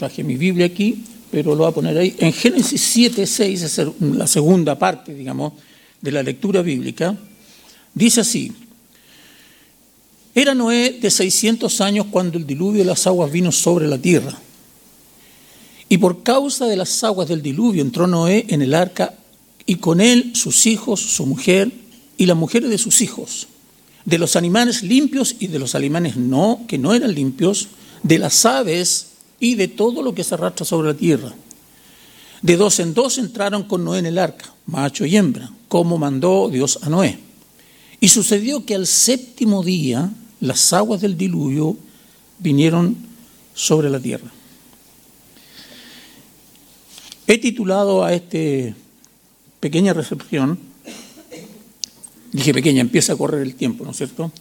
traje mi Biblia aquí, pero lo voy a poner ahí. En Génesis 7:6, es la segunda parte, digamos, de la lectura bíblica, dice así: era Noé de 600 años cuando el diluvio de las aguas vino sobre la tierra. Y por causa de las aguas del diluvio entró Noé en el arca, y con él sus hijos, su mujer y las mujeres de sus hijos, de los animales limpios y de los animales que no eran limpios, de las aves y de todo lo que se arrastra sobre la tierra. De dos en dos entraron con Noé en el arca, macho y hembra, como mandó Dios a Noé. Y sucedió que al séptimo día las aguas del diluvio vinieron sobre la tierra. He titulado a esta pequeña reflexión, dije pequeña, empieza a correr el tiempo, ¿no es cierto?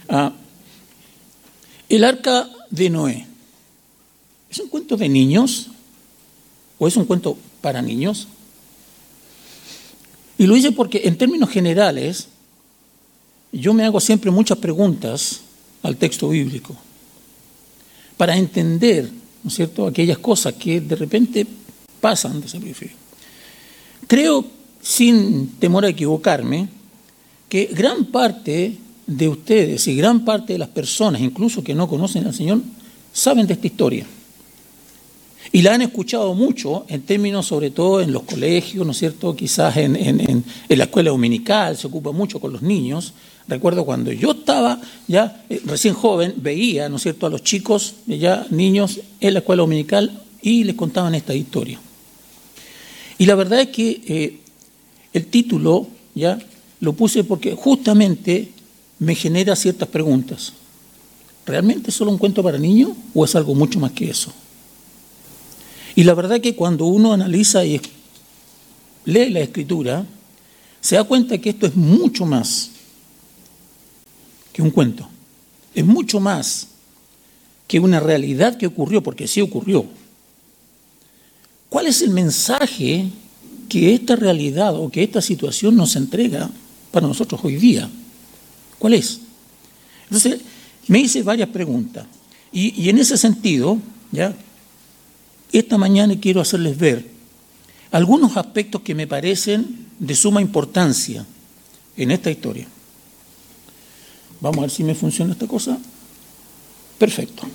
El arca de Noé. ¿Es un cuento de niños o es un cuento para niños? Y lo hice porque en términos generales yo me hago siempre muchas preguntas al texto bíblico para entender, ¿no es cierto?, aquellas cosas que de repente pasan desapercibidas. Creo, sin temor a equivocarme, que gran parte de ustedes y gran parte de las personas, incluso que no conocen al Señor, saben de esta historia. Y la han escuchado mucho en términos, sobre todo en los colegios, ¿no es cierto? Quizás en la escuela dominical se ocupa mucho con los niños. Recuerdo cuando yo estaba ya recién joven, veía, ¿no es cierto?, a los chicos, ya niños, en la escuela dominical y les contaban esta historia. Y la verdad es que el título ya lo puse porque justamente me genera ciertas preguntas. ¿Realmente es solo un cuento para niños o es algo mucho más que eso? Y la verdad es que cuando uno analiza y lee la Escritura, se da cuenta que esto es mucho más que un cuento. Es mucho más que una realidad que ocurrió, porque sí ocurrió. ¿Cuál es el mensaje que esta realidad o que esta situación nos entrega para nosotros hoy día? ¿Cuál es? Entonces, me hice varias preguntas. Y en ese sentido, ya, esta mañana quiero hacerles ver algunos aspectos que me parecen de suma importancia en esta historia. Vamos a ver si me funciona esta cosa. Perfecto.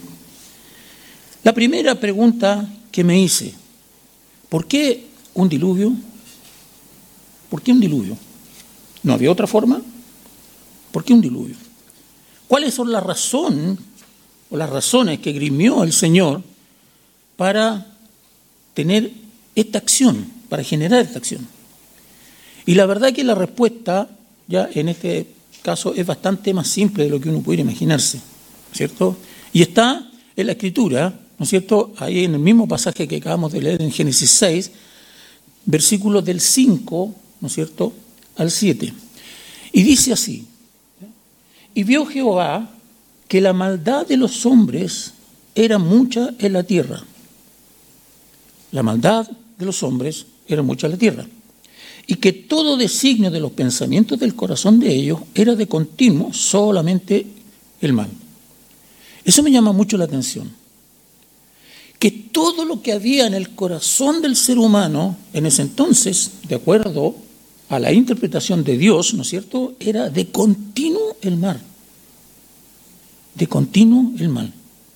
La primera pregunta que me hice: ¿por qué un diluvio? ¿Por qué un diluvio? ¿No había otra forma? ¿Por qué un diluvio? ¿Cuáles son las razones que grimió el Señor para tener esta acción, para generar esta acción? Y la verdad es que la respuesta, ya en este caso, es bastante más simple de lo que uno pudiera imaginarse, ¿cierto? Y está en la Escritura, ¿no es cierto?, ahí en el mismo pasaje que acabamos de leer en Génesis 6, versículos del 5, ¿no es cierto?, al 7. Y dice así: y vio Jehová que la maldad de los hombres era mucha en la tierra. La maldad de los hombres era mucha en la tierra. Y que todo designio de los pensamientos del corazón de ellos era de continuo solamente el mal. Eso me llama mucho la atención. Que todo lo que había en el corazón del ser humano en ese entonces, de acuerdo a la interpretación de Dios, ¿no es cierto?, era de continuo el mal. De continuo el mal.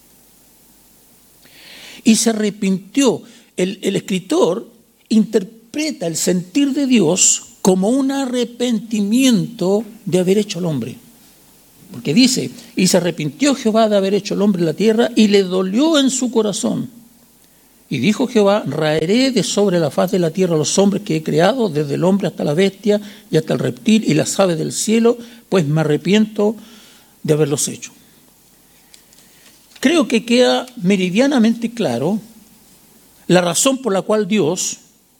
Y se arrepintió. El escritor interpreta el sentir de Dios como un arrepentimiento de haber hecho al hombre. Porque dice: y se arrepintió Jehová de haber hecho al hombre en la tierra, y le dolió en su corazón. Y dijo Jehová: raeré de sobre la faz de la tierra a los hombres que he creado, desde el hombre hasta la bestia y hasta el reptil y las aves del cielo, pues me arrepiento de haberlos hecho. Creo que queda meridianamente claro la razón por la cual Dios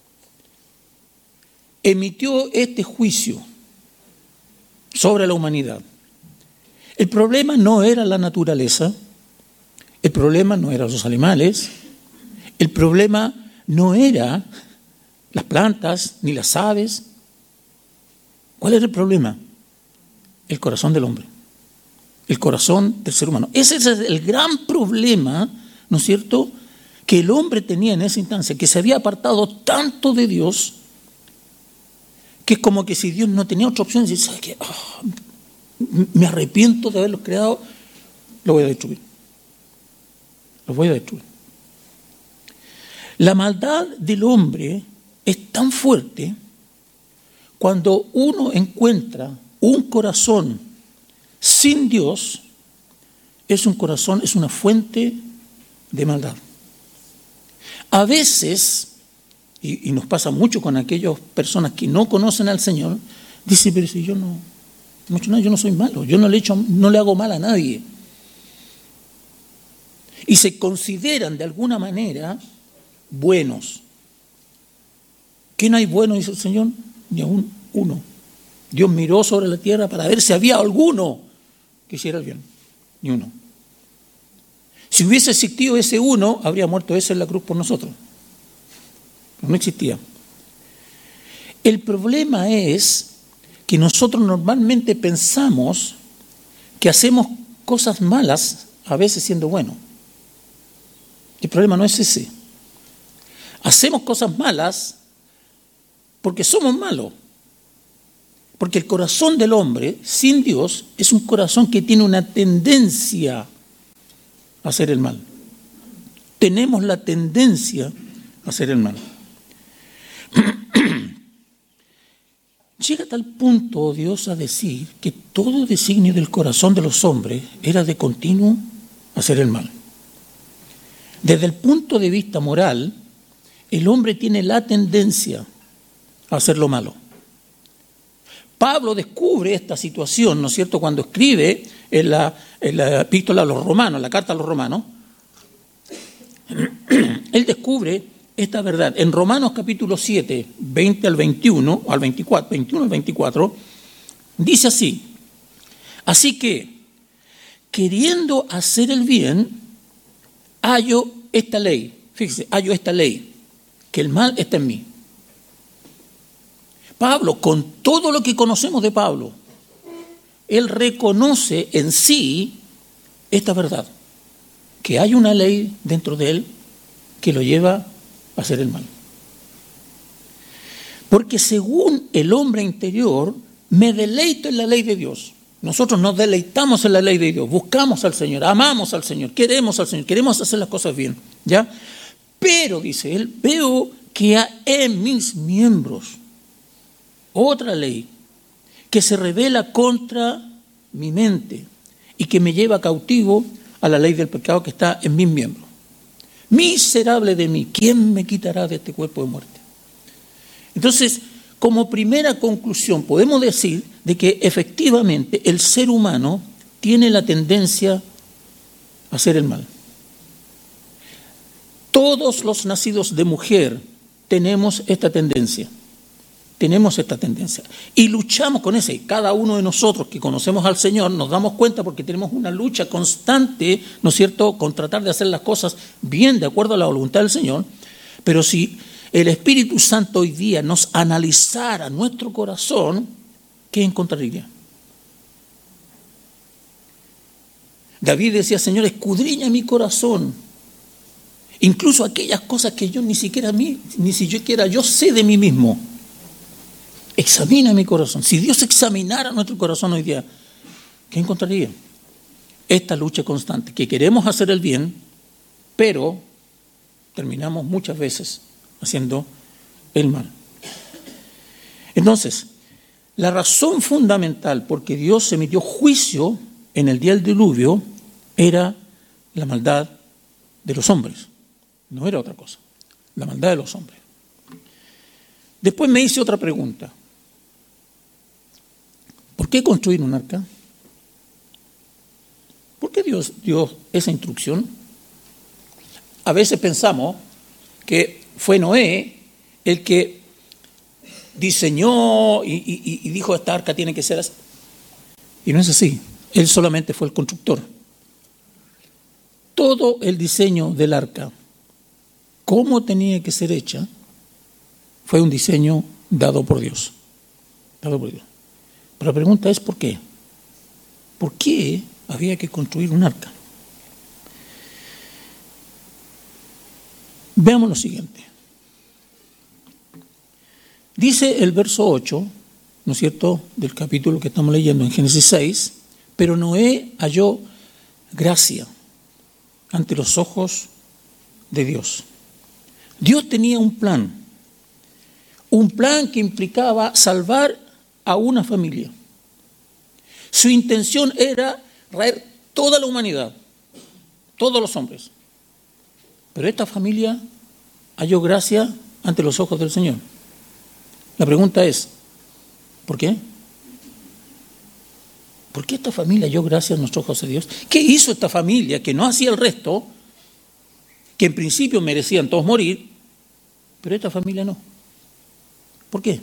emitió este juicio sobre la humanidad. El problema no era la naturaleza, el problema no eran los animales, el problema no era las plantas ni las aves. ¿Cuál era el problema? El corazón del hombre, el corazón del ser humano. Ese es el gran problema, ¿no es cierto?, que el hombre tenía en esa instancia, que se había apartado tanto de Dios, que es como que si Dios no tenía otra opción, decir, ¿sabes qué? Me arrepiento de haberlos creado, lo voy a destruir. Lo voy a destruir. La maldad del hombre es tan fuerte cuando uno encuentra un corazón sin Dios, es un corazón, es una fuente de maldad. A veces, y nos pasa mucho con aquellas personas que no conocen al Señor, dicen, pero si yo no he hecho nada, yo no soy malo, yo no le hago mal a nadie. Y se consideran de alguna manera buenos. ¿Quién hay bueno? Dice el Señor, ni aún uno. Dios miró sobre la tierra para ver si había alguno que hiciera el bien. Ni uno. Si hubiese existido ese uno, habría muerto ese en la cruz por nosotros. Pero no existía. El problema es que nosotros normalmente pensamos que hacemos cosas malas, a veces siendo buenos. El problema no es ese. Hacemos cosas malas porque somos malos. Porque el corazón del hombre sin Dios es un corazón que tiene una tendencia a hacer el mal. Tenemos la tendencia a hacer el mal. Llega a tal punto Dios a decir que todo designio del corazón de los hombres era de continuo hacer el mal. Desde el punto de vista moral, el hombre tiene la tendencia a hacer lo malo. Pablo descubre esta situación, ¿no es cierto?, cuando escribe en la epístola a los romanos, la carta a los romanos. Él descubre esta verdad. En Romanos capítulo 7, 20 al 21, al 24, 21 al 24, dice así: así que, queriendo hacer el bien, hallo esta ley. Fíjese, hallo esta ley, que el mal está en mí. Pablo, con todo lo que conocemos de Pablo, él reconoce en sí esta verdad, que hay una ley dentro de él que lo lleva a hacer el mal. Porque según el hombre interior, me deleito en la ley de Dios. Nosotros nos deleitamos en la ley de Dios, buscamos al Señor, amamos al Señor, queremos al Señor, queremos hacer las cosas bien, ¿ya? Pero, dice él, veo que en mis miembros otra ley que se revela contra mi mente y que me lleva cautivo a la ley del pecado que está en mis miembros. Miserable de mí, ¿quién me quitará de este cuerpo de muerte? Entonces, como primera conclusión, podemos decir de que efectivamente el ser humano tiene la tendencia a hacer el mal. Todos los nacidos de mujer tenemos esta tendencia. Tenemos esta tendencia y luchamos con ese. Cada uno de nosotros que conocemos al Señor nos damos cuenta porque tenemos una lucha constante, ¿no es cierto?, con tratar de hacer las cosas bien de acuerdo a la voluntad del Señor. Pero si el Espíritu Santo hoy día nos analizara nuestro corazón, ¿qué encontraría? David decía: Señor, escudriña mi corazón. Incluso aquellas cosas que yo ni siquiera yo sé de mí mismo. Examina mi corazón. Si Dios examinara nuestro corazón hoy día, ¿qué encontraría? Esta lucha constante, que queremos hacer el bien, pero terminamos muchas veces haciendo el mal. Entonces, la razón fundamental por que Dios emitió juicio en el día del diluvio era la maldad de los hombres. No era otra cosa, la maldad de los hombres. Después me hice otra pregunta. ¿Por qué construir un arca? ¿Por qué Dios dio esa instrucción? A veces pensamos que fue Noé el que diseñó y dijo: esta arca tiene que ser así. Y no es así. Él solamente fue el constructor. Todo el diseño del arca, cómo tenía que ser hecha, fue un diseño dado por Dios. Dado por Dios. Pero la pregunta es: ¿por qué? ¿Por qué había que construir un arca? Veamos lo siguiente. Dice el verso 8, ¿no es cierto?, del capítulo que estamos leyendo en Génesis 6, pero Noé halló gracia ante los ojos de Dios. Dios tenía un plan que implicaba salvar a una familia. Su intención era traer toda la humanidad, todos los hombres. Pero esta familia halló gracia ante los ojos del Señor. La pregunta es, ¿por qué? ¿Por qué esta familia halló gracia en los ojos de Dios? ¿Qué hizo esta familia que no hacía el resto, que en principio merecían todos morir, pero esta familia no? ¿Por qué?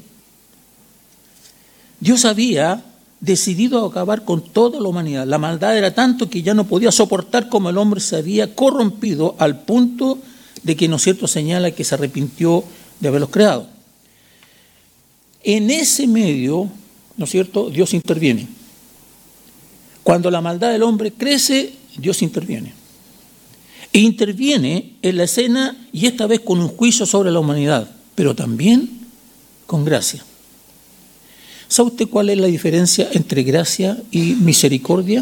Dios había decidido acabar con toda la humanidad. La maldad era tanto que ya no podía soportar cómo el hombre se había corrompido al punto de que, ¿no es cierto?, señala que se arrepintió de haberlos creado. En ese medio, ¿no es cierto?, Dios interviene. Cuando la maldad del hombre crece, Dios interviene. E interviene en la escena, y esta vez con un juicio sobre la humanidad, pero también con gracia. ¿Sabe usted cuál es la diferencia entre gracia y misericordia?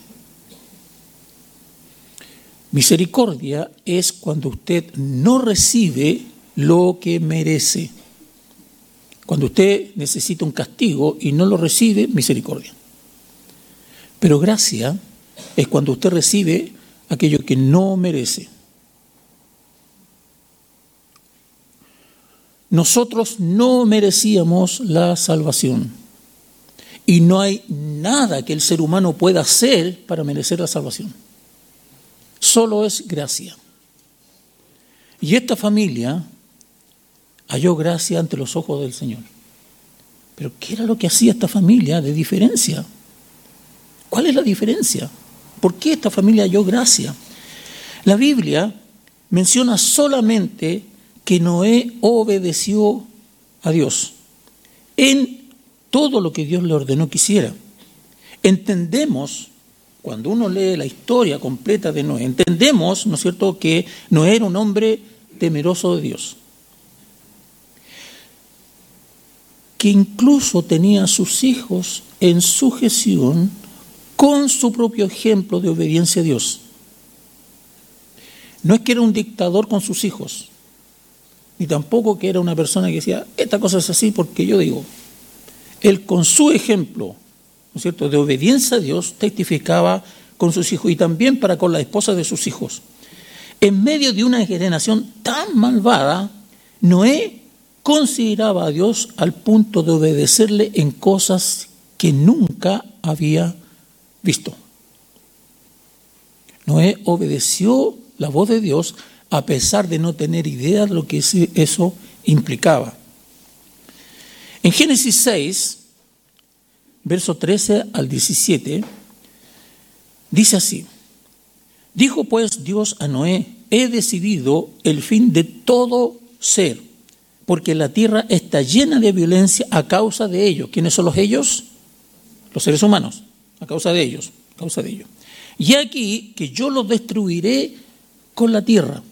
Misericordia es cuando usted no recibe lo que merece. Cuando usted necesita un castigo y no lo recibe, misericordia. Pero gracia es cuando usted recibe aquello que no merece. Nosotros no merecíamos la salvación. Y no hay nada que el ser humano pueda hacer para merecer la salvación. Solo es gracia. Y esta familia halló gracia ante los ojos del Señor. Pero ¿qué era lo que hacía esta familia de diferencia? ¿Cuál es la diferencia? ¿Por qué esta familia halló gracia? La Biblia menciona solamente que Noé obedeció a Dios en todo lo que Dios le ordenó que hiciera. Entendemos, cuando uno lee la historia completa de Noé, entendemos, ¿no es cierto?, que Noé era un hombre temeroso de Dios, que incluso tenía a sus hijos en sujeción con su propio ejemplo de obediencia a Dios. No es que era un dictador con sus hijos, ni tampoco que era una persona que decía, esta cosa es así porque yo digo. Él con su ejemplo, ¿no es cierto?, de obediencia a Dios, testificaba con sus hijos y también para con la esposa de sus hijos. En medio de una generación tan malvada, Noé consideraba a Dios al punto de obedecerle en cosas que nunca había visto. Noé obedeció la voz de Dios a pesar de no tener idea de lo que eso implicaba. En Génesis 6, verso 13 al 17, dice así: dijo pues Dios a Noé, he decidido el fin de todo ser, porque la tierra está llena de violencia a causa de ellos. ¿Quiénes son los ellos? Los seres humanos, a causa de ellos, Y aquí que yo los destruiré con la tierra.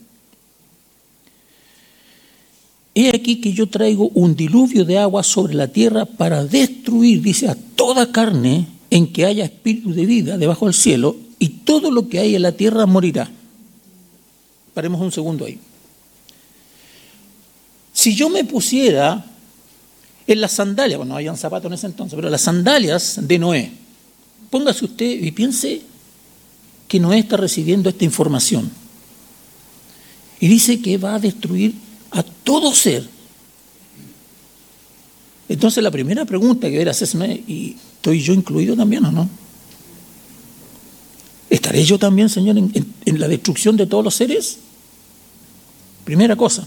He aquí que yo traigo un diluvio de agua sobre la tierra para destruir, dice, a toda carne en que haya espíritu de vida debajo del cielo, y todo lo que hay en la tierra morirá. Paremos un segundo ahí. Si yo me pusiera en las sandalias, bueno, no habían zapatos en ese entonces, pero las sandalias de Noé, póngase usted y piense que Noé está recibiendo esta información. Y dice que va a destruir a todo ser. Entonces la primera pregunta que debería hacerse es, ¿y estoy yo incluido también o no? ¿Estaré yo también, Señor, en la destrucción de todos los seres? Primera cosa.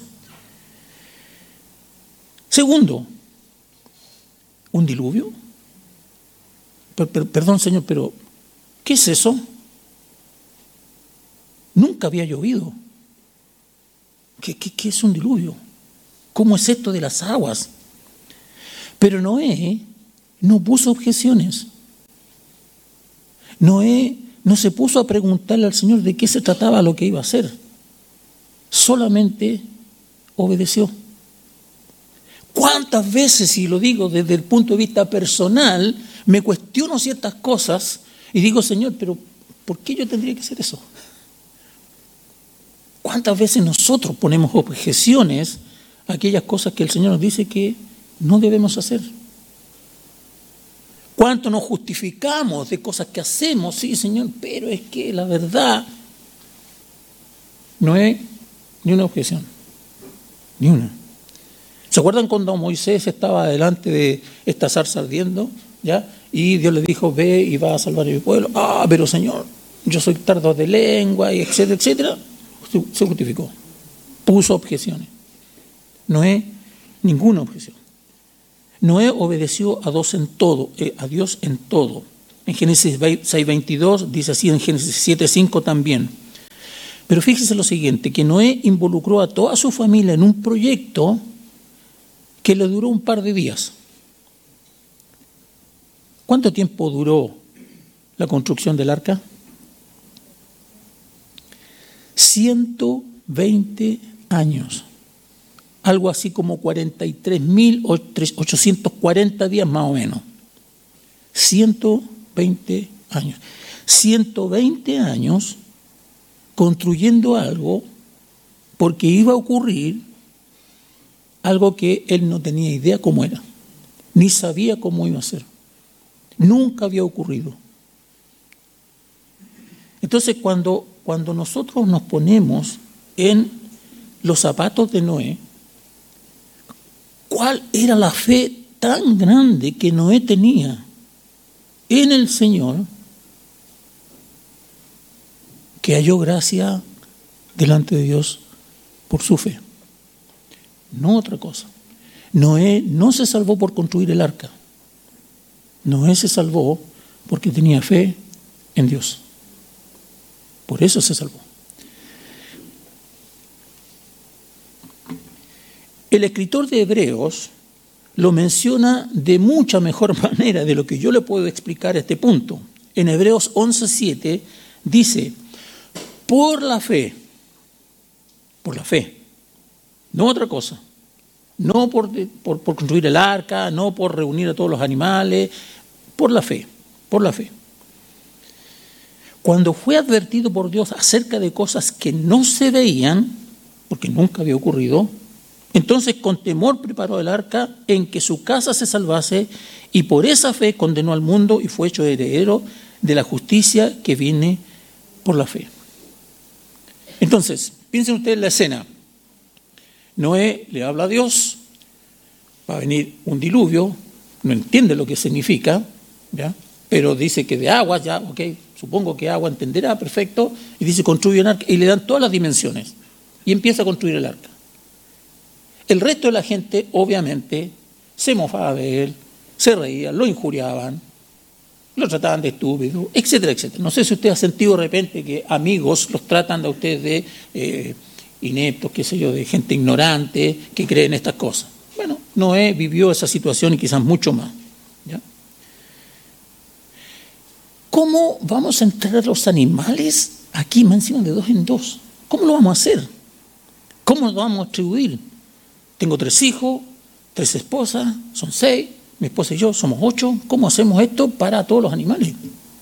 Segundo, ¿un diluvio? Perdón, Señor, pero ¿qué es eso? Nunca había llovido. ¿Qué es un diluvio? ¿Cómo es esto de las aguas? Pero Noé no puso objeciones. Noé no se puso a preguntarle al Señor de qué se trataba lo que iba a hacer. solamente obedeció. ¿Cuántas veces, y lo digo desde el punto de vista personal, me cuestiono ciertas cosas y digo, Señor, pero ¿por qué yo tendría que hacer eso? ¿Cuántas veces nosotros ponemos objeciones a aquellas cosas que el Señor nos dice que no debemos hacer? ¿Cuánto nos justificamos de cosas que hacemos? Sí, Señor, pero es que la verdad no es ni una objeción, ni una. ¿Se acuerdan cuando Moisés estaba delante de esta zarza ardiendo? ¿Ya? Y Dios le dijo, ve y va a salvar a mi pueblo. Ah, pero Señor, yo soy tardo de lengua, y etcétera, etcétera. Se justificó. Puso objeciones. Noé, ninguna objeción. Noé obedeció a Dios en todo. En Génesis 6:22 dice así, en Génesis 7:5 también. Pero fíjese lo siguiente, que Noé involucró a toda su familia en un proyecto que le duró un par de días. ¿Cuánto tiempo duró la construcción del arca? 120 años. Algo así como 43.840 días más o menos. 120 años. 120 años construyendo algo porque iba a ocurrir algo que él no tenía idea cómo era, ni sabía cómo iba a ser. Nunca había ocurrido. Entonces, cuando nosotros nos ponemos en los zapatos de Noé, ¿cuál era la fe tan grande que Noé tenía en el Señor que halló gracia delante de Dios por su fe? No otra cosa. Noé no se salvó por construir el arca. Noé se salvó porque tenía fe en Dios. Por eso se salvó. El escritor de Hebreos lo menciona de mucha mejor manera de lo que yo le puedo explicar a este punto. En Hebreos 11:7 dice, por la fe, no otra cosa, no por construir el arca, no por reunir a todos los animales, por la fe. Cuando fue advertido por Dios acerca de cosas que no se veían, porque nunca había ocurrido, entonces con temor preparó el arca en que su casa se salvase y por esa fe condenó al mundo y fue hecho heredero de la justicia que viene por la fe. Entonces, piensen ustedes en la escena. Noé le habla a Dios, va a venir un diluvio, no entiende lo que significa, ¿ya? Pero dice que de agua, ya, ok, supongo que agua entenderá, perfecto, y dice construye un arca, y le dan todas las dimensiones, y empieza a construir el arca. El resto de la gente, obviamente, se mofaba de él, se reían, lo injuriaban, lo trataban de estúpido, etcétera, etcétera. No sé si usted ha sentido de repente que amigos los tratan a ustedes de ineptos, qué sé yo, de gente ignorante que cree en estas cosas. Bueno, Noé vivió esa situación y quizás mucho más, ¿ya? ¿Cómo vamos a entrar los animales aquí más encima de 2 en 2? ¿Cómo lo vamos a hacer? ¿Cómo lo vamos a distribuir? Tengo 3 hijos, 3 esposas, son 6, mi esposa y yo somos 8. ¿Cómo hacemos esto para todos los animales?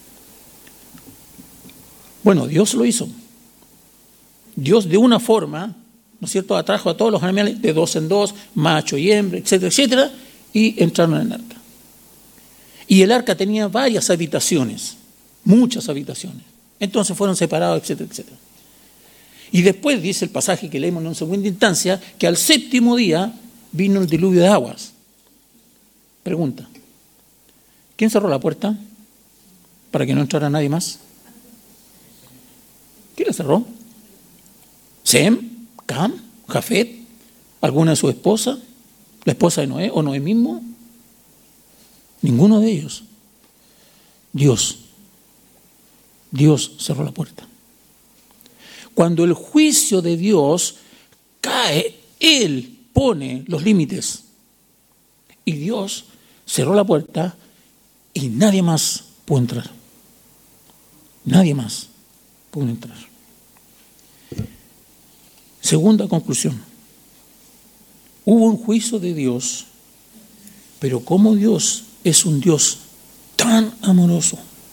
Bueno, Dios lo hizo. Dios de una forma, ¿no es cierto?, atrajo a todos los animales de 2 en 2, macho y hembra, etcétera, etcétera, y entraron en el arca. Y el arca tenía varias habitaciones, muchas habitaciones. Entonces fueron separados, etcétera, etcétera. Y después dice el pasaje que leemos en segunda instancia, que al 7º día vino el diluvio de aguas. Pregunta, ¿quién cerró la puerta para que no entrara nadie más? ¿Quién la cerró? ¿Sem, Cam, Jafet, alguna de sus esposas, la esposa de Noé o Noé mismo? Ninguno de ellos. Dios cerró la puerta. Cuando el juicio de Dios cae, Él pone los límites. Y Dios cerró la puerta y nadie más pudo entrar. Nadie más pudo entrar. Segunda conclusión. Hubo un juicio de Dios, pero como Dios es un Dios tan amoroso.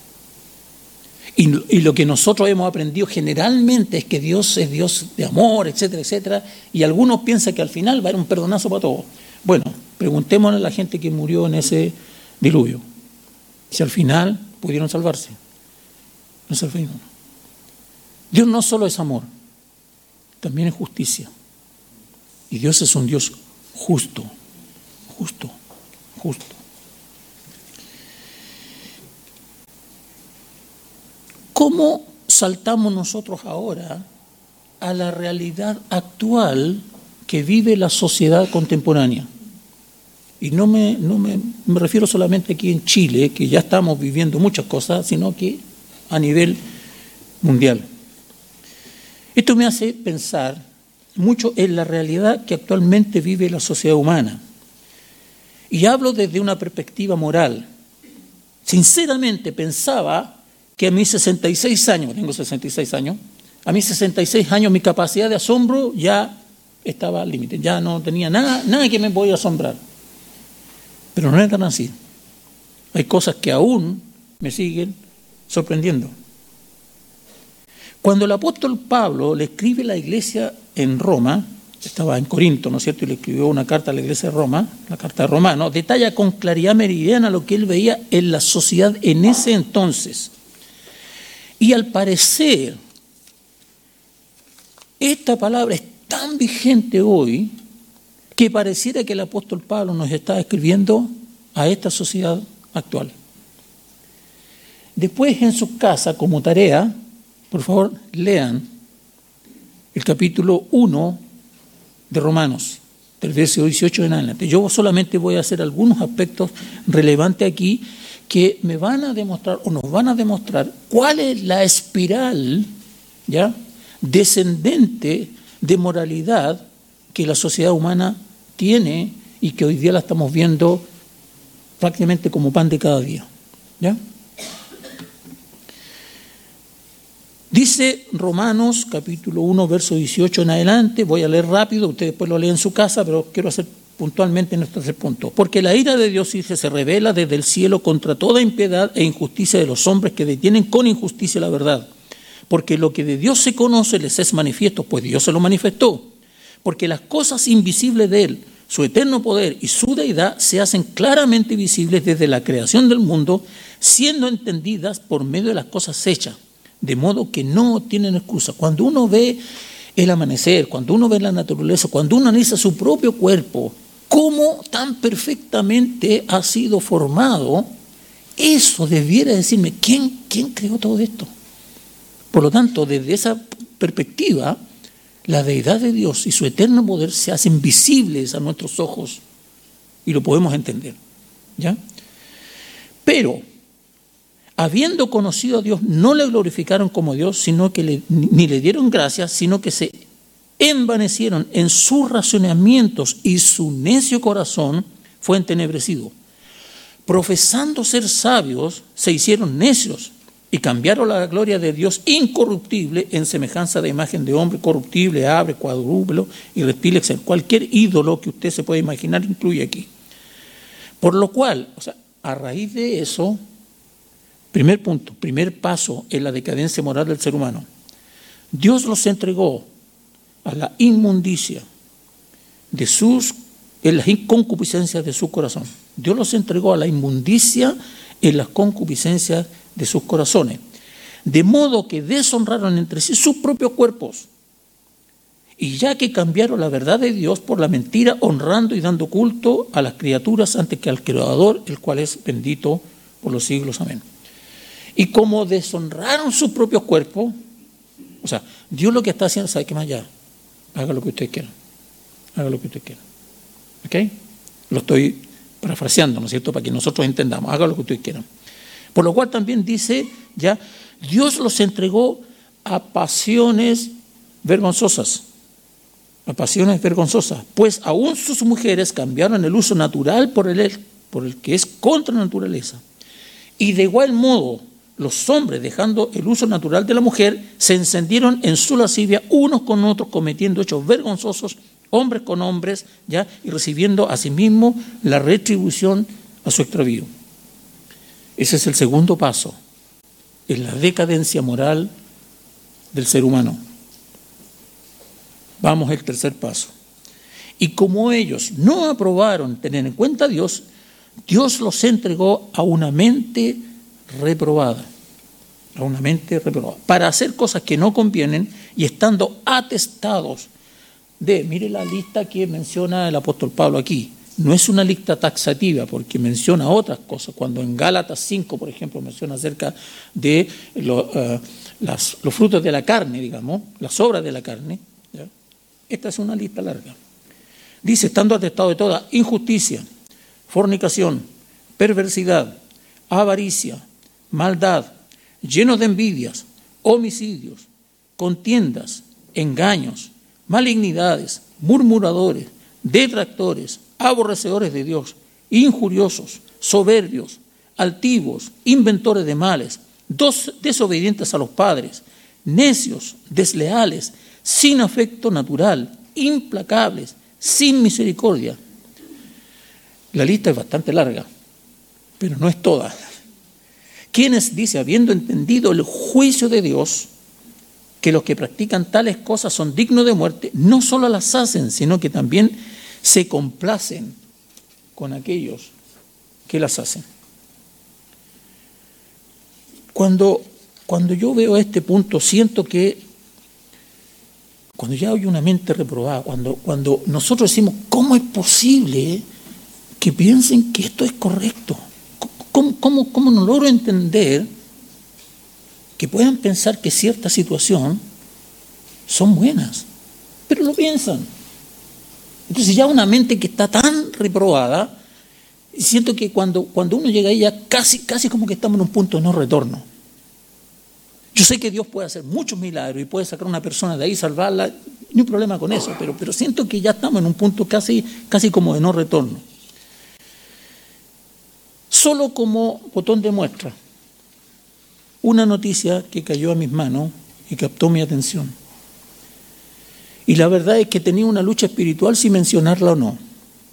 Y lo que nosotros hemos aprendido generalmente es que Dios es Dios de amor, etcétera, etcétera, y algunos piensan que al final va a haber un perdonazo para todos. Bueno, preguntémosle a la gente que murió en ese diluvio, si al final pudieron salvarse. No se salvaron. Dios no solo es amor, también es justicia. Y Dios es un Dios justo. ¿Cómo saltamos nosotros ahora a la realidad actual que vive la sociedad contemporánea? Y no me refiero solamente aquí en Chile, que ya estamos viviendo muchas cosas, sino que a nivel mundial. Esto me hace pensar mucho en la realidad que actualmente vive la sociedad humana. Y hablo desde una perspectiva moral. Sinceramente pensaba que a mis 66 años, tengo 66 años, a mis 66 años mi capacidad de asombro ya estaba al límite, ya no tenía nada que me podía asombrar. Pero no es tan así. Hay cosas que aún me siguen sorprendiendo. Cuando el apóstol Pablo le escribe a la iglesia en Roma, estaba en Corinto, ¿no es cierto?, y le escribió una carta a la iglesia de Roma, la carta de Romanos, detalla con claridad meridiana lo que él veía en la sociedad en ese entonces. Y al parecer, esta palabra es tan vigente hoy que pareciera que el apóstol Pablo nos está escribiendo a esta sociedad actual. Después en su casa, como tarea, por favor, lean el capítulo 1 de Romanos, del verso 18 en adelante. Yo solamente voy a hacer algunos aspectos relevantes aquí que me van a demostrar o nos van a demostrar cuál es la espiral, ¿ya?, descendente de moralidad que la sociedad humana tiene y que hoy día la estamos viendo prácticamente como pan de cada día, ¿ya? Dice Romanos capítulo 1, verso 18 en adelante, voy a leer rápido, ustedes después lo leen en su casa, pero quiero hacer puntualmente en estos 3 puntos. Porque la ira de Dios se revela desde el cielo contra toda impiedad e injusticia de los hombres que detienen con injusticia la verdad. Porque lo que de Dios se conoce les es manifiesto, pues Dios se lo manifestó. Porque las cosas invisibles de Él, su eterno poder y su deidad se hacen claramente visibles desde la creación del mundo, siendo entendidas por medio de las cosas hechas, de modo que no tienen excusa. Cuando uno ve el amanecer, cuando uno ve la naturaleza, cuando uno analiza su propio cuerpo, cómo tan perfectamente ha sido formado, eso debiera decirme, ¿quién creó todo esto? Por lo tanto, desde esa perspectiva, la deidad de Dios y su eterno poder se hacen visibles a nuestros ojos y lo podemos entender, ¿ya? Pero, habiendo conocido a Dios, no le glorificaron como Dios, sino que ni le dieron gracias, sino que se envanecieron en sus razonamientos y su necio corazón fue entenebrecido. Profesando ser sabios, se hicieron necios y cambiaron la gloria de Dios incorruptible en semejanza de imagen de hombre corruptible, ave, cuadrúpedo y reptil, etc. Cualquier ídolo que usted se pueda imaginar incluye aquí. Por lo cual, a raíz de eso, primer punto, primer paso en la decadencia moral del ser humano. Dios los entregó a la inmundicia en las concupiscencias de su corazón. Dios los entregó a la inmundicia en las concupiscencias de sus corazones. De modo que deshonraron entre sí sus propios cuerpos. Y ya que cambiaron la verdad de Dios por la mentira, honrando y dando culto a las criaturas antes que al Creador, el cual es bendito por los siglos. Amén. Y como deshonraron sus propios cuerpos, Dios lo que está haciendo, ¿sabe qué más? Ya, haga lo que usted quiera. Haga lo que usted quiera. ¿Ok? Lo estoy parafraseando, ¿no es cierto? Para que nosotros entendamos. Haga lo que usted quiera. Por lo cual también dice, ya, Dios los entregó a pasiones vergonzosas. A pasiones vergonzosas. Pues aún sus mujeres cambiaron el uso natural por el que es contra la naturaleza. Y de igual modo, los hombres, dejando el uso natural de la mujer, se encendieron en su lascivia unos con otros, cometiendo hechos vergonzosos, hombres con hombres, ¿ya? Y recibiendo a sí mismo la retribución a su extravío. Ese es el segundo paso, en la decadencia moral del ser humano. Vamos al tercer paso. Y como ellos no aprobaron tener en cuenta a Dios, Dios los entregó a una mente reprobada, para hacer cosas que no convienen y estando atestados de, mire la lista que menciona el apóstol Pablo aquí, no es una lista taxativa porque menciona otras cosas, cuando en Gálatas 5, por ejemplo, menciona acerca de los frutos de la carne, digamos, las obras de la carne, ¿ya? Esta es una lista larga. Dice, estando atestado de toda injusticia, fornicación, perversidad, avaricia, maldad, llenos de envidias, homicidios, contiendas, engaños, malignidades, murmuradores, detractores, aborrecedores de Dios, injuriosos, soberbios, altivos, inventores de males, desobedientes a los padres, necios, desleales, sin afecto natural, implacables, sin misericordia. La lista es bastante larga, pero no es toda. Quienes, dice, habiendo entendido el juicio de Dios, que los que practican tales cosas son dignos de muerte, no solo las hacen, sino que también se complacen con aquellos que las hacen. Cuando yo veo este punto, siento que cuando ya hay una mente reprobada, cuando nosotros decimos, ¿cómo es posible que piensen que esto es correcto? ¿Cómo no logro entender que puedan pensar que cierta situación son buenas? Pero lo piensan. Entonces ya una mente que está tan reprobada, siento que cuando uno llega ahí ya casi como que estamos en un punto de no retorno. Yo sé que Dios puede hacer muchos milagros y puede sacar a una persona de ahí, salvarla, no hay problema con eso, pero siento que ya estamos en un punto casi como de no retorno. Solo como botón de muestra, una noticia que cayó a mis manos y captó mi atención. Y la verdad es que tenía una lucha espiritual sin mencionarla o no.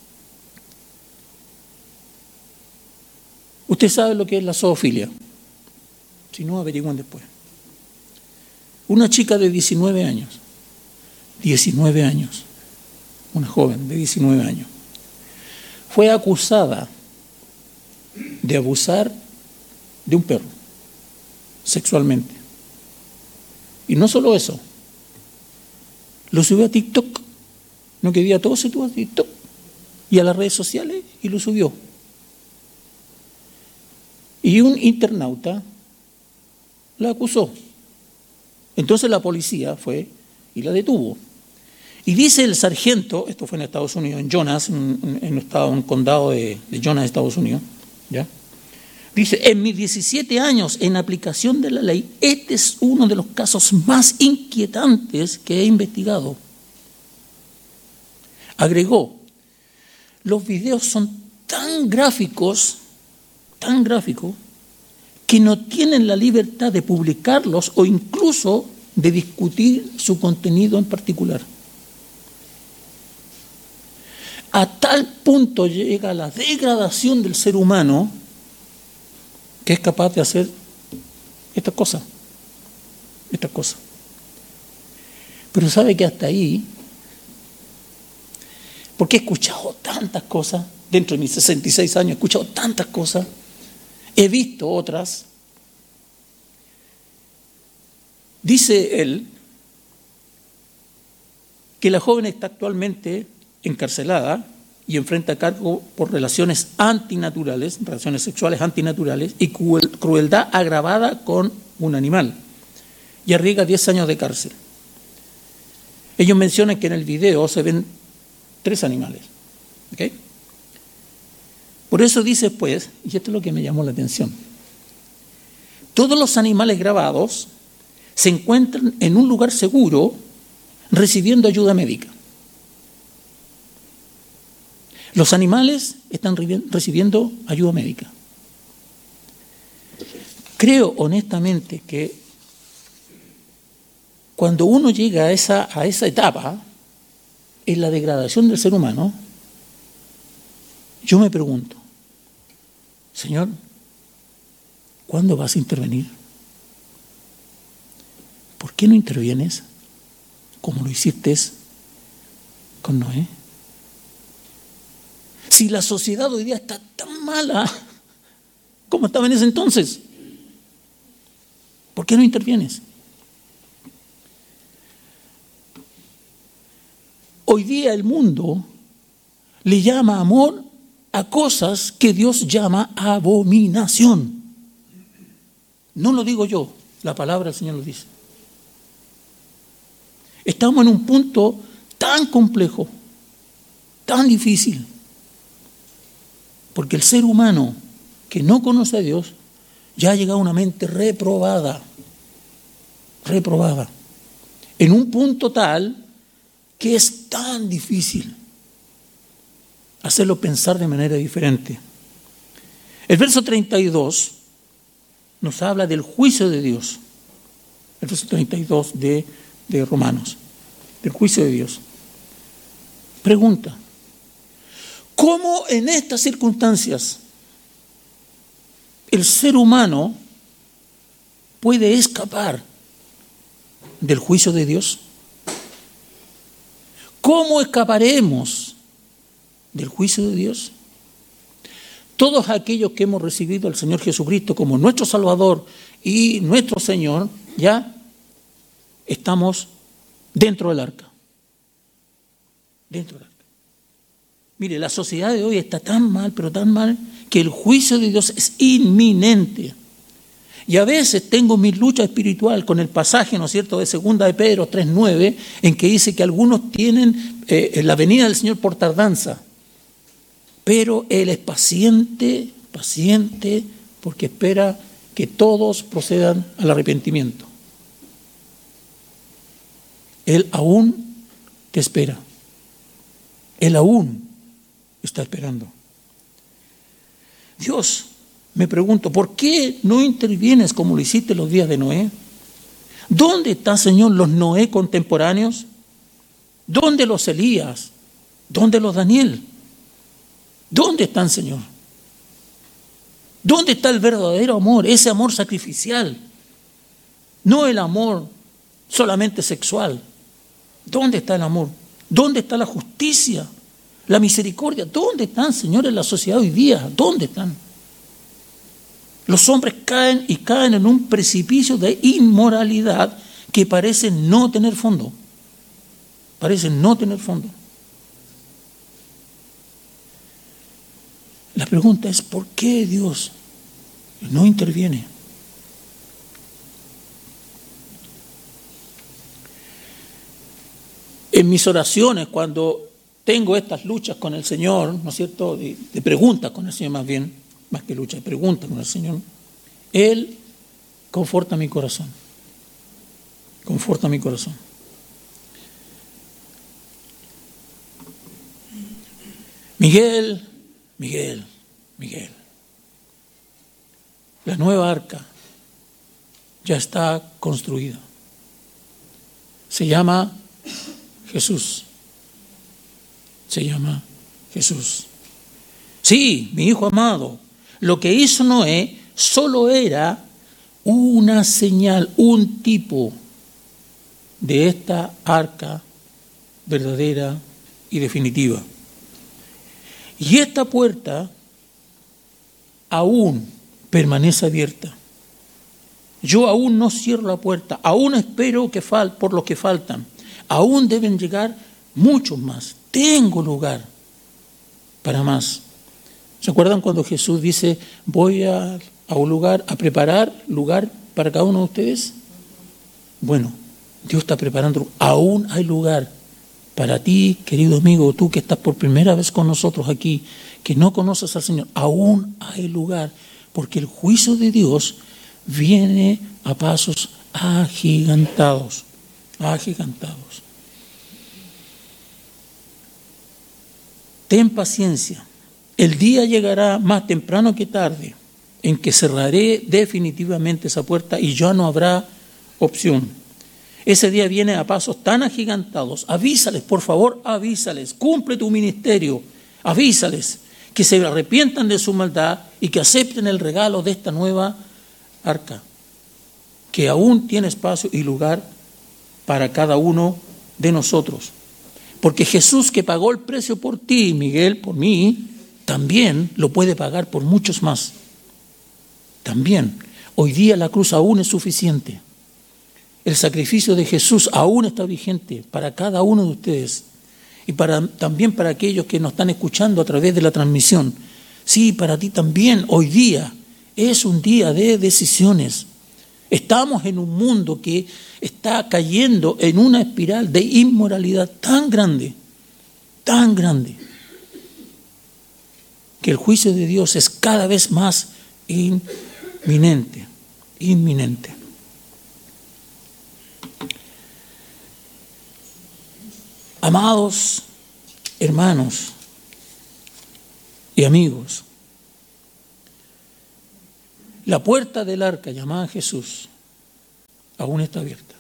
Usted sabe lo que es la zoofilia. Si no, averigüen después. Una chica de 19 años, una joven de 19 años, fue acusada de abusar de un perro sexualmente. Y no solo eso, lo subió a TikTok. No quería todo, se tuvo a TikTok y a las redes sociales y lo subió. Y un internauta la acusó. Entonces la policía fue y la detuvo. Y dice el sargento, esto fue en Estados Unidos, en Jonas, en un condado de Jonas, Estados Unidos, ¿ya? Dice, en mis 17 años en aplicación de la ley, este es uno de los casos más inquietantes que he investigado. Agregó, los videos son tan gráficos, que no tienen la libertad de publicarlos o incluso de discutir su contenido en particular. A tal punto llega la degradación del ser humano que es capaz de hacer estas cosas. Pero sabe que hasta ahí, porque he escuchado tantas cosas, dentro de mis 66 años he escuchado tantas cosas, he visto otras. Dice él que la joven está actualmente encarcelada y enfrenta cargo por relaciones antinaturales, relaciones sexuales antinaturales y crueldad agravada con un animal, y arriesga 10 años de cárcel. Ellos mencionan que en el video se ven 3 animales. ¿Okay? Por eso dice pues, y esto es lo que me llamó la atención, todos los animales grabados se encuentran en un lugar seguro recibiendo ayuda médica. Los animales están recibiendo ayuda médica. creo honestamente que cuando uno llega a esa etapa en la degradación del ser humano, yo me pregunto, Señor, ¿cuándo vas a intervenir? ¿Por qué no intervienes como lo hiciste con Noé? Si la sociedad hoy día está tan mala como estaba en ese entonces, ¿por qué no intervienes? Hoy día el mundo le llama amor a cosas que Dios llama abominación. No lo digo yo, la palabra del Señor lo dice. Estamos en un punto tan complejo, tan difícil, porque el ser humano que no conoce a Dios ya ha llegado a una mente reprobada, en un punto tal que es tan difícil hacerlo pensar de manera diferente. El verso 32 nos habla del juicio de Dios. El verso 32 de Romanos, del juicio de Dios. Pregunta, ¿cómo en estas circunstancias el ser humano puede escapar del juicio de Dios? ¿Cómo escaparemos del juicio de Dios? Todos aquellos que hemos recibido al Señor Jesucristo como nuestro Salvador y nuestro Señor, ya estamos dentro del arca. Dentro del arca. Mire, la sociedad de hoy está tan mal, pero tan mal, que el juicio de Dios es inminente. Y a veces tengo mi lucha espiritual con el pasaje, ¿no es cierto?, de 2 de Pedro 3:9, en que dice que algunos tienen la venida del Señor por tardanza, pero Él es paciente, porque espera que todos procedan al arrepentimiento. Él aún te espera. Él aún está esperando. Dios, me pregunto, ¿por qué no intervienes como lo hiciste los días de Noé? ¿Dónde están, Señor, los Noé contemporáneos? ¿Dónde los Elías? ¿Dónde los Daniel? ¿Dónde están, Señor? ¿Dónde está el verdadero amor? Ese amor sacrificial. No el amor solamente sexual. ¿Dónde está el amor? ¿Dónde está la justicia? La misericordia. ¿Dónde están, Señor, en la sociedad hoy día? ¿Dónde están? Los hombres caen en un precipicio de inmoralidad que parece no tener fondo. Parece no tener fondo. La pregunta es, ¿por qué Dios no interviene? En mis oraciones, cuando tengo estas luchas con el Señor, ¿no es cierto?, de preguntas con el Señor más que lucha, de preguntas con el Señor, Él conforta mi corazón. Conforta mi corazón. Miguel, la nueva arca ya está construida. Se llama Jesús. Se llama Jesús. Sí, mi hijo amado, lo que hizo Noé solo era una señal, un tipo de esta arca verdadera y definitiva. Y esta puerta aún permanece abierta. Yo aún no cierro la puerta, aún espero por los que faltan. Aún deben llegar muchos más. Tengo lugar para más. ¿Se acuerdan cuando Jesús dice, voy a un lugar, a preparar lugar para cada uno de ustedes? Bueno, Dios está preparando, aún hay lugar para ti, querido amigo, tú que estás por primera vez con nosotros aquí, que no conoces al Señor, aún hay lugar, porque el juicio de Dios viene a pasos agigantados. Ten paciencia, el día llegará más temprano que tarde, en que cerraré definitivamente esa puerta y ya no habrá opción. Ese día viene a pasos tan agigantados. Avísales, por favor, avísales. Cumple tu ministerio. Avísales que se arrepientan de su maldad y que acepten el regalo de esta nueva arca, que aún tiene espacio y lugar para cada uno de nosotros. Porque Jesús, que pagó el precio por ti, Miguel, por mí, también lo puede pagar por muchos más. También. Hoy día la cruz aún es suficiente. El sacrificio de Jesús aún está vigente para cada uno de ustedes y también para aquellos que nos están escuchando a través de la transmisión. Sí, para ti también hoy día es un día de decisiones. Estamos en un mundo que está cayendo en una espiral de inmoralidad tan grande, que el juicio de Dios es cada vez más inminente. Amados hermanos y amigos, la puerta del arca llamada Jesús aún está abierta.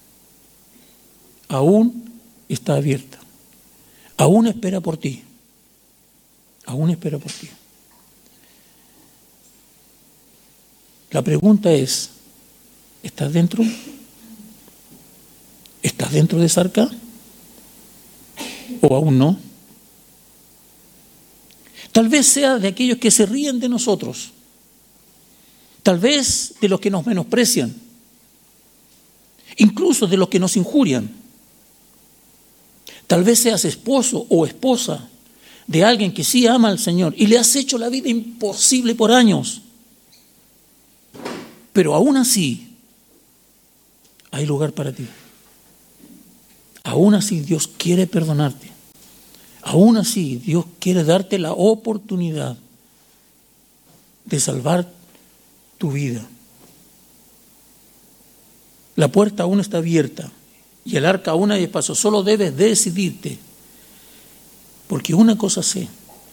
Aún está abierta. Aún espera por ti. Aún espera por ti. La pregunta es, ¿estás dentro? ¿Estás dentro de esa arca? ¿O aún no? Tal vez sea de aquellos que se ríen de nosotros. Tal vez de los que nos menosprecian. Incluso de los que nos injurian. Tal vez seas esposo o esposa de alguien que sí ama al Señor y le has hecho la vida imposible por años. Pero aún así hay lugar para ti. Aún así Dios quiere perdonarte. Aún así Dios quiere darte la oportunidad de salvar tu vida. La puerta aún está abierta y el arca aún hay espacio. Solo debes decidirte. Porque una cosa sé.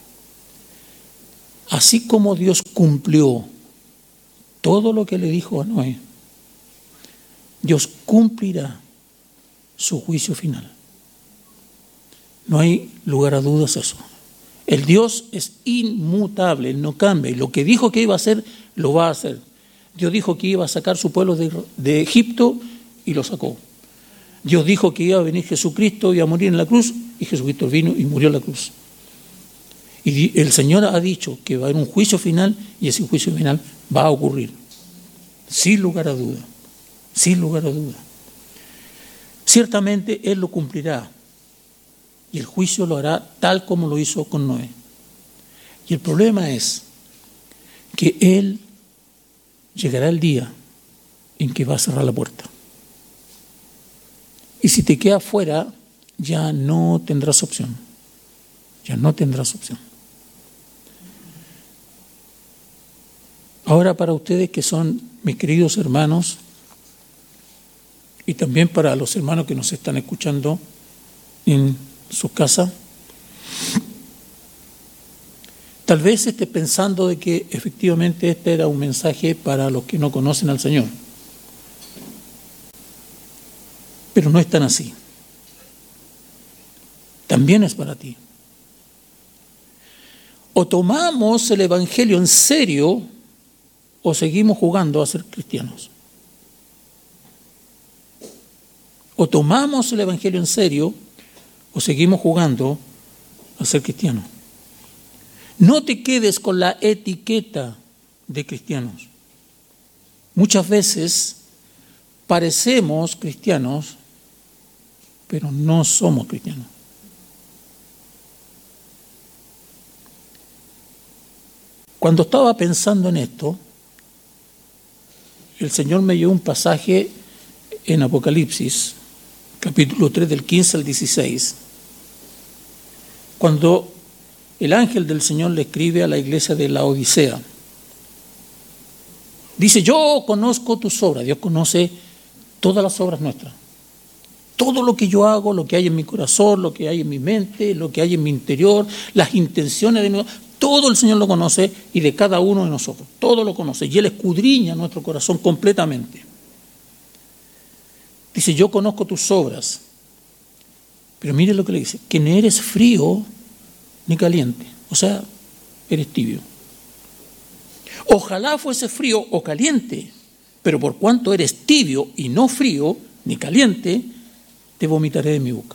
Así como Dios cumplió todo lo que le dijo a Noé, Dios cumplirá su juicio final. No hay lugar a dudas eso. El Dios es inmutable, Él no cambia. Y lo que dijo que iba a hacer, lo va a hacer. Dios dijo que iba a sacar su pueblo de Egipto y lo sacó. Dios dijo que iba a venir Jesucristo y a morir en la cruz, y Jesucristo vino y murió en la cruz. Y el Señor ha dicho que va a haber un juicio final, y ese juicio final va a ocurrir. Sin lugar a duda. Sin lugar a duda. Ciertamente Él lo cumplirá. Y el juicio lo hará tal como lo hizo con Noé. Y el problema es que Él llegará el día en que va a cerrar la puerta. Y si te quedas fuera, ya no tendrás opción. Ya no tendrás opción. Ahora, para ustedes que son mis queridos hermanos, y también para los hermanos que nos están escuchando en sus casas, tal vez esté pensando de que efectivamente este era un mensaje para los que no conocen al Señor. Pero no es tan así. También es para ti. O tomamos el Evangelio en serio o seguimos jugando a ser cristianos. O tomamos el Evangelio en serio o seguimos jugando a ser cristianos. No te quedes con la etiqueta de cristianos. Muchas veces parecemos cristianos, pero no somos cristianos. Cuando estaba pensando en esto, el Señor me dio un pasaje en Apocalipsis, capítulo 3, del 15 al 16, cuando el ángel del Señor le escribe a la iglesia de la Odisea. Dice, yo conozco tus obras. Dios conoce todas las obras nuestras. Todo lo que yo hago, lo que hay en mi corazón, lo que hay en mi mente, lo que hay en mi interior, las intenciones de mi... Todo el Señor lo conoce y de cada uno de nosotros. Todo lo conoce y Él escudriña nuestro corazón completamente. Dice, yo conozco tus obras. Pero mire lo que le dice, que no eres frío ni caliente. O sea, eres tibio. Ojalá fuese frío o caliente, pero por cuanto eres tibio y no frío ni caliente, te vomitaré de mi boca.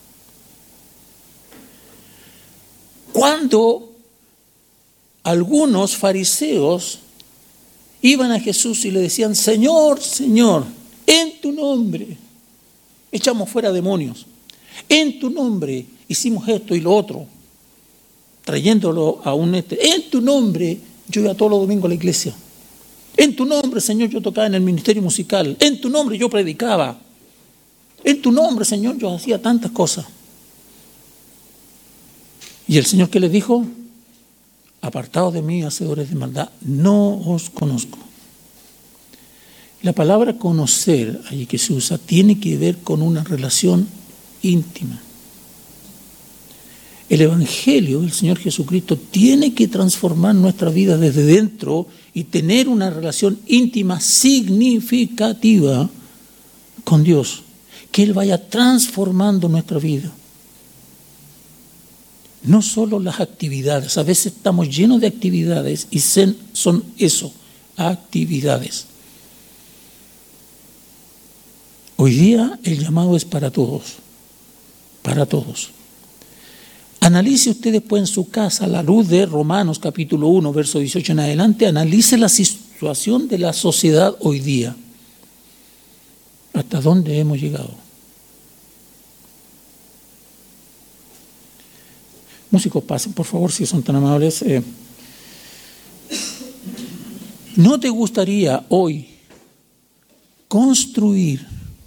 Cuando algunos fariseos iban a Jesús y le decían, Señor, Señor, en tu nombre echamos fuera demonios, en tu nombre hicimos esto y lo otro, trayéndolo a en tu nombre yo iba todos los domingos a la iglesia, en tu nombre, Señor, yo tocaba en el ministerio musical, en tu nombre yo predicaba, en tu nombre, Señor, yo hacía tantas cosas. Y el Señor, ¿qué les dijo? Apartados de mí, hacedores de maldad, no os conozco. La palabra conocer, allí que se usa, tiene que ver con una relación íntima. El Evangelio del Señor Jesucristo tiene que transformar nuestra vida desde dentro y tener una relación íntima significativa con Dios. Que Él vaya transformando nuestra vida. No solo las actividades, a veces estamos llenos de actividades y son eso, actividades. Hoy día el llamado es para todos, para todos. Analice usted después en su casa, a la luz de Romanos capítulo 1, verso 18 en adelante, analice la situación de la sociedad hoy día. ¿Hasta dónde hemos llegado? Músicos, pasen, por favor, si son tan amables. ¿No te gustaría hoy construir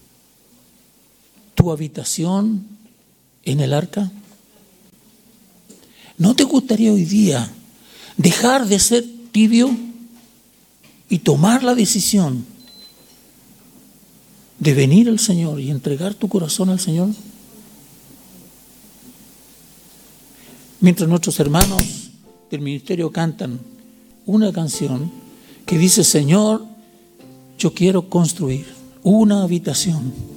tu habitación en el arca? ¿No te gustaría hoy día dejar de ser tibio y tomar la decisión de venir al Señor y entregar tu corazón al Señor? Mientras nuestros hermanos del ministerio cantan una canción que dice, Señor, yo quiero construir una habitación